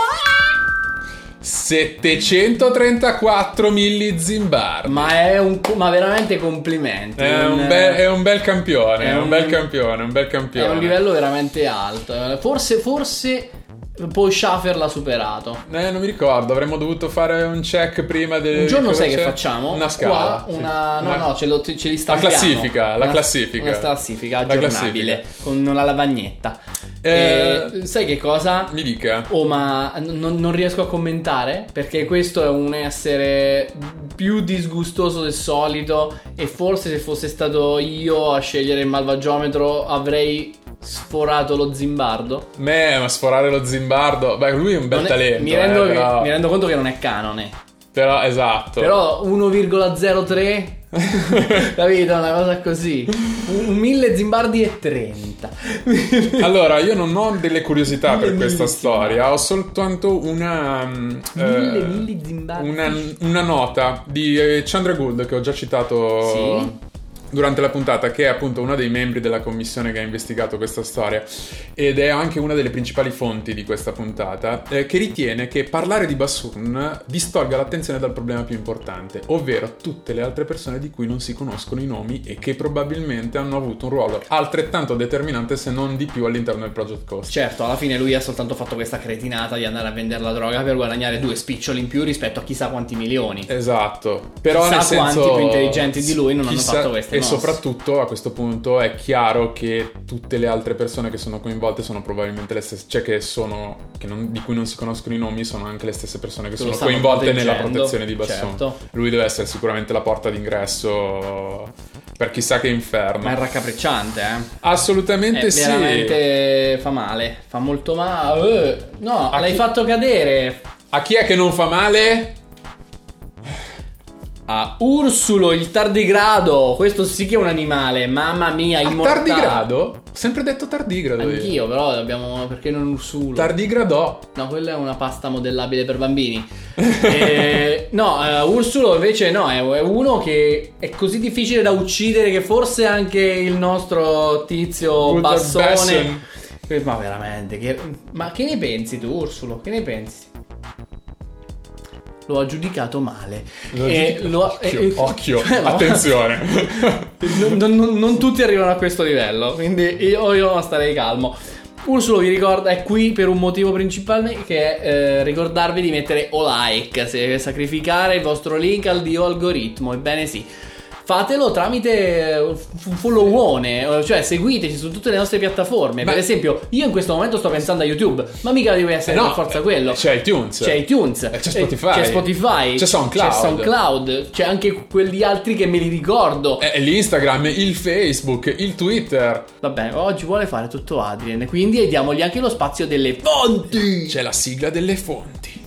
Speaker 1: settecentotrentaquattro milli Zimbardi.
Speaker 2: Ma è un... ma veramente complimenti.
Speaker 1: È un,
Speaker 2: Un-
Speaker 1: bel, è un bel campione, è
Speaker 2: è
Speaker 1: un,
Speaker 2: un-
Speaker 1: bel campione, un bel
Speaker 2: È
Speaker 1: campione.
Speaker 2: un livello veramente alto. Forse, forse poi Schaffer l'ha superato.
Speaker 1: Eh, non mi ricordo, avremmo dovuto fare un check prima del...
Speaker 2: Un giorno
Speaker 1: cosa
Speaker 2: sai che
Speaker 1: c'è?
Speaker 2: facciamo?
Speaker 1: Una scala.
Speaker 2: Qua
Speaker 1: sì.
Speaker 2: una... No,
Speaker 1: Una-
Speaker 2: no, ce, lo, ce li
Speaker 1: La
Speaker 2: stampiamo.
Speaker 1: classifica, la
Speaker 2: Una-
Speaker 1: classifica.
Speaker 2: Una classifica
Speaker 1: La
Speaker 2: aggiornabile
Speaker 1: classifica.
Speaker 2: con la lavagnetta.
Speaker 1: Eh,
Speaker 2: E sai che cosa?
Speaker 1: Mi dica.
Speaker 2: Oh, ma non, non riesco a commentare perché questo è un essere più disgustoso del solito e forse se fosse stato io a scegliere il malvagiometro avrei sforato lo Zimbardo.
Speaker 1: Me, ma sforare lo Zimbardo. Beh, lui è un bel
Speaker 2: Non è-
Speaker 1: talento.
Speaker 2: mi, rendo
Speaker 1: eh,
Speaker 2: che-
Speaker 1: però...
Speaker 2: mi rendo conto che non è canone.
Speaker 1: però, esatto.
Speaker 2: Però uno virgola zero tre capito? Una cosa così. Un, un mille Zimbardi e trenta.
Speaker 1: Allora, io non ho delle curiosità per
Speaker 2: Mille
Speaker 1: questa
Speaker 2: milli
Speaker 1: storia, ho soltanto una, mm,
Speaker 2: Mille,
Speaker 1: eh,
Speaker 2: milli Zimbardi.
Speaker 1: una, una nota di eh, Chandra Gould che ho già citato
Speaker 2: Sì.
Speaker 1: durante la puntata, che è appunto uno dei membri della commissione che ha investigato questa storia ed è anche una delle principali fonti di questa puntata, eh, che ritiene che parlare di Bassoon distolga l'attenzione dal problema più importante, ovvero tutte le altre persone di cui non si conoscono i nomi e che probabilmente hanno avuto un ruolo altrettanto determinante se non di più all'interno del Project Coast.
Speaker 2: Certo, alla fine lui ha soltanto fatto questa cretinata di andare a vendere la droga per guadagnare due spiccioli in più rispetto a chissà quanti milioni.
Speaker 1: Esatto, però
Speaker 2: Chissà
Speaker 1: nel senso,
Speaker 2: quanti più intelligenti di lui non hanno
Speaker 1: chissà-
Speaker 2: fatto queste
Speaker 1: e
Speaker 2: mosse.
Speaker 1: soprattutto a questo punto è chiaro che tutte le altre persone che sono coinvolte sono probabilmente le stesse, cioè che sono che non- di cui non si conoscono i nomi, sono anche le stesse persone che
Speaker 2: Che lo
Speaker 1: sono
Speaker 2: stanno
Speaker 1: coinvolte nella
Speaker 2: proteggendo,
Speaker 1: protezione di Basson.
Speaker 2: certo.
Speaker 1: Lui deve essere sicuramente la porta d'ingresso per chissà che inferno.
Speaker 2: Ma è raccapricciante, eh.
Speaker 1: Assolutamente
Speaker 2: È
Speaker 1: sì.
Speaker 2: veramente fa male, fa molto male. Eh, no,
Speaker 1: A
Speaker 2: l'hai
Speaker 1: chi-
Speaker 2: fatto cadere.
Speaker 1: A chi è che non fa male?
Speaker 2: a Ursulo il tardigrado. Questo sì che è un animale, mamma mia,
Speaker 1: Ah,
Speaker 2: immortale.
Speaker 1: tardigrado? Ho sempre detto tardigrado. io.
Speaker 2: Anch'io, però abbiamo. Perché non Ursulo?
Speaker 1: Tardigradò.
Speaker 2: No, quella è una pasta modellabile per bambini. Eh, no, eh, Ursulo invece no, è, è uno che è così difficile da uccidere che forse anche il nostro tizio
Speaker 1: Walter
Speaker 2: bassone.
Speaker 1: Besson.
Speaker 2: Eh, Ma veramente, che, ma che ne pensi tu, Ursulo? Che ne pensi? Lo ha giudicato male.
Speaker 1: Lo
Speaker 2: E
Speaker 1: giudica-
Speaker 2: lo ha-
Speaker 1: occhio,
Speaker 2: e-
Speaker 1: occhio,
Speaker 2: Eh, no.
Speaker 1: attenzione.
Speaker 2: non, non- non tutti arrivano a questo livello, quindi io, io starei calmo. Ursulo vi ricorda, è qui per un motivo principale, che è eh, ricordarvi di mettere o like, se sacrificare il vostro link al dio algoritmo. Ebbene sì, fatelo tramite eh, f- followone, eh, cioè seguiteci su tutte le nostre piattaforme.
Speaker 1: Ma-
Speaker 2: Per esempio, io in questo momento sto pensando a YouTube, ma mica deve essere
Speaker 1: Eh no,
Speaker 2: per forza quello.
Speaker 1: c'è iTunes.
Speaker 2: C'è iTunes,
Speaker 1: Eh, c'è Spotify.
Speaker 2: c'è Spotify,
Speaker 1: C'è SoundCloud.
Speaker 2: c'è SoundCloud, c'è anche quelli altri che me li ricordo.
Speaker 1: Eh, l'Instagram, il Facebook, il Twitter.
Speaker 2: Vabbè, oggi vuole fare tutto Adrien, quindi diamogli anche lo spazio delle fonti.
Speaker 1: C'è la sigla delle fonti.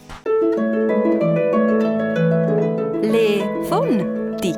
Speaker 3: Le fonti.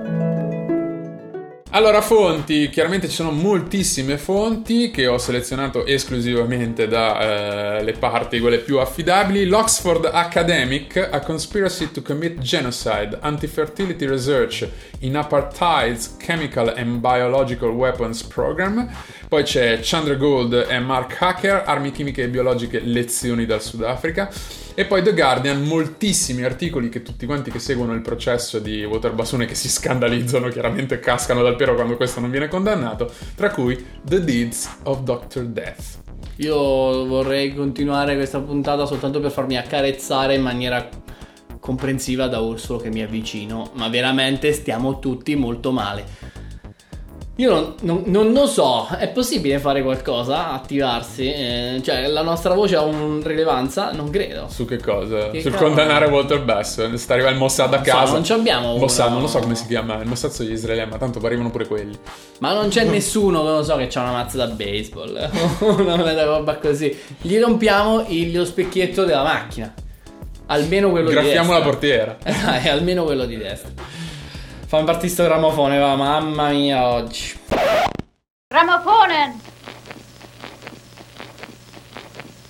Speaker 1: Allora, fonti, chiaramente ci sono moltissime fonti che ho selezionato esclusivamente dalle parti quelle più affidabili. L'Oxford Academic, A Conspiracy to Commit Genocide, Anti-Fertility Research in Apartheid's Chemical and Biological Weapons Program. Poi c'è Chandra Gould e Mark Hacker, Armi chimiche e biologiche, lezioni dal Sudafrica. E poi The Guardian, moltissimi articoli che tutti quanti che seguono il processo di Walter Basone, che si scandalizzano, chiaramente cascano dal pero quando questo non viene condannato, tra cui The Deeds of doctor Death.
Speaker 2: Io vorrei continuare questa puntata soltanto per farmi accarezzare in maniera comprensiva da Ursulo che mi avvicino, ma veramente stiamo tutti molto male. Io non, non, non lo so, è possibile fare qualcosa, attivarsi? Eh, cioè la nostra voce ha una rilevanza? Non credo.
Speaker 1: Su che cosa?
Speaker 2: Che
Speaker 1: Sul
Speaker 2: cavolo?
Speaker 1: condannare Walter Basson. Sta arriva il Mossad a
Speaker 2: Non so,
Speaker 1: casa.
Speaker 2: non ci abbiamo
Speaker 1: Mossad,
Speaker 2: uno-
Speaker 1: non lo so come si chiama. Il Mossad sono gli israeliani, ma tanto arrivano pure quelli.
Speaker 2: Ma non c'è nessuno che non so che c'ha una mazza da baseball, una roba così. Gli rompiamo il- lo specchietto della macchina. Almeno quello di destra.
Speaker 1: Graffiamo la portiera.
Speaker 2: Eh, dai, almeno quello di destra. Fammi partire sto gramofone, va, mamma mia, oggi.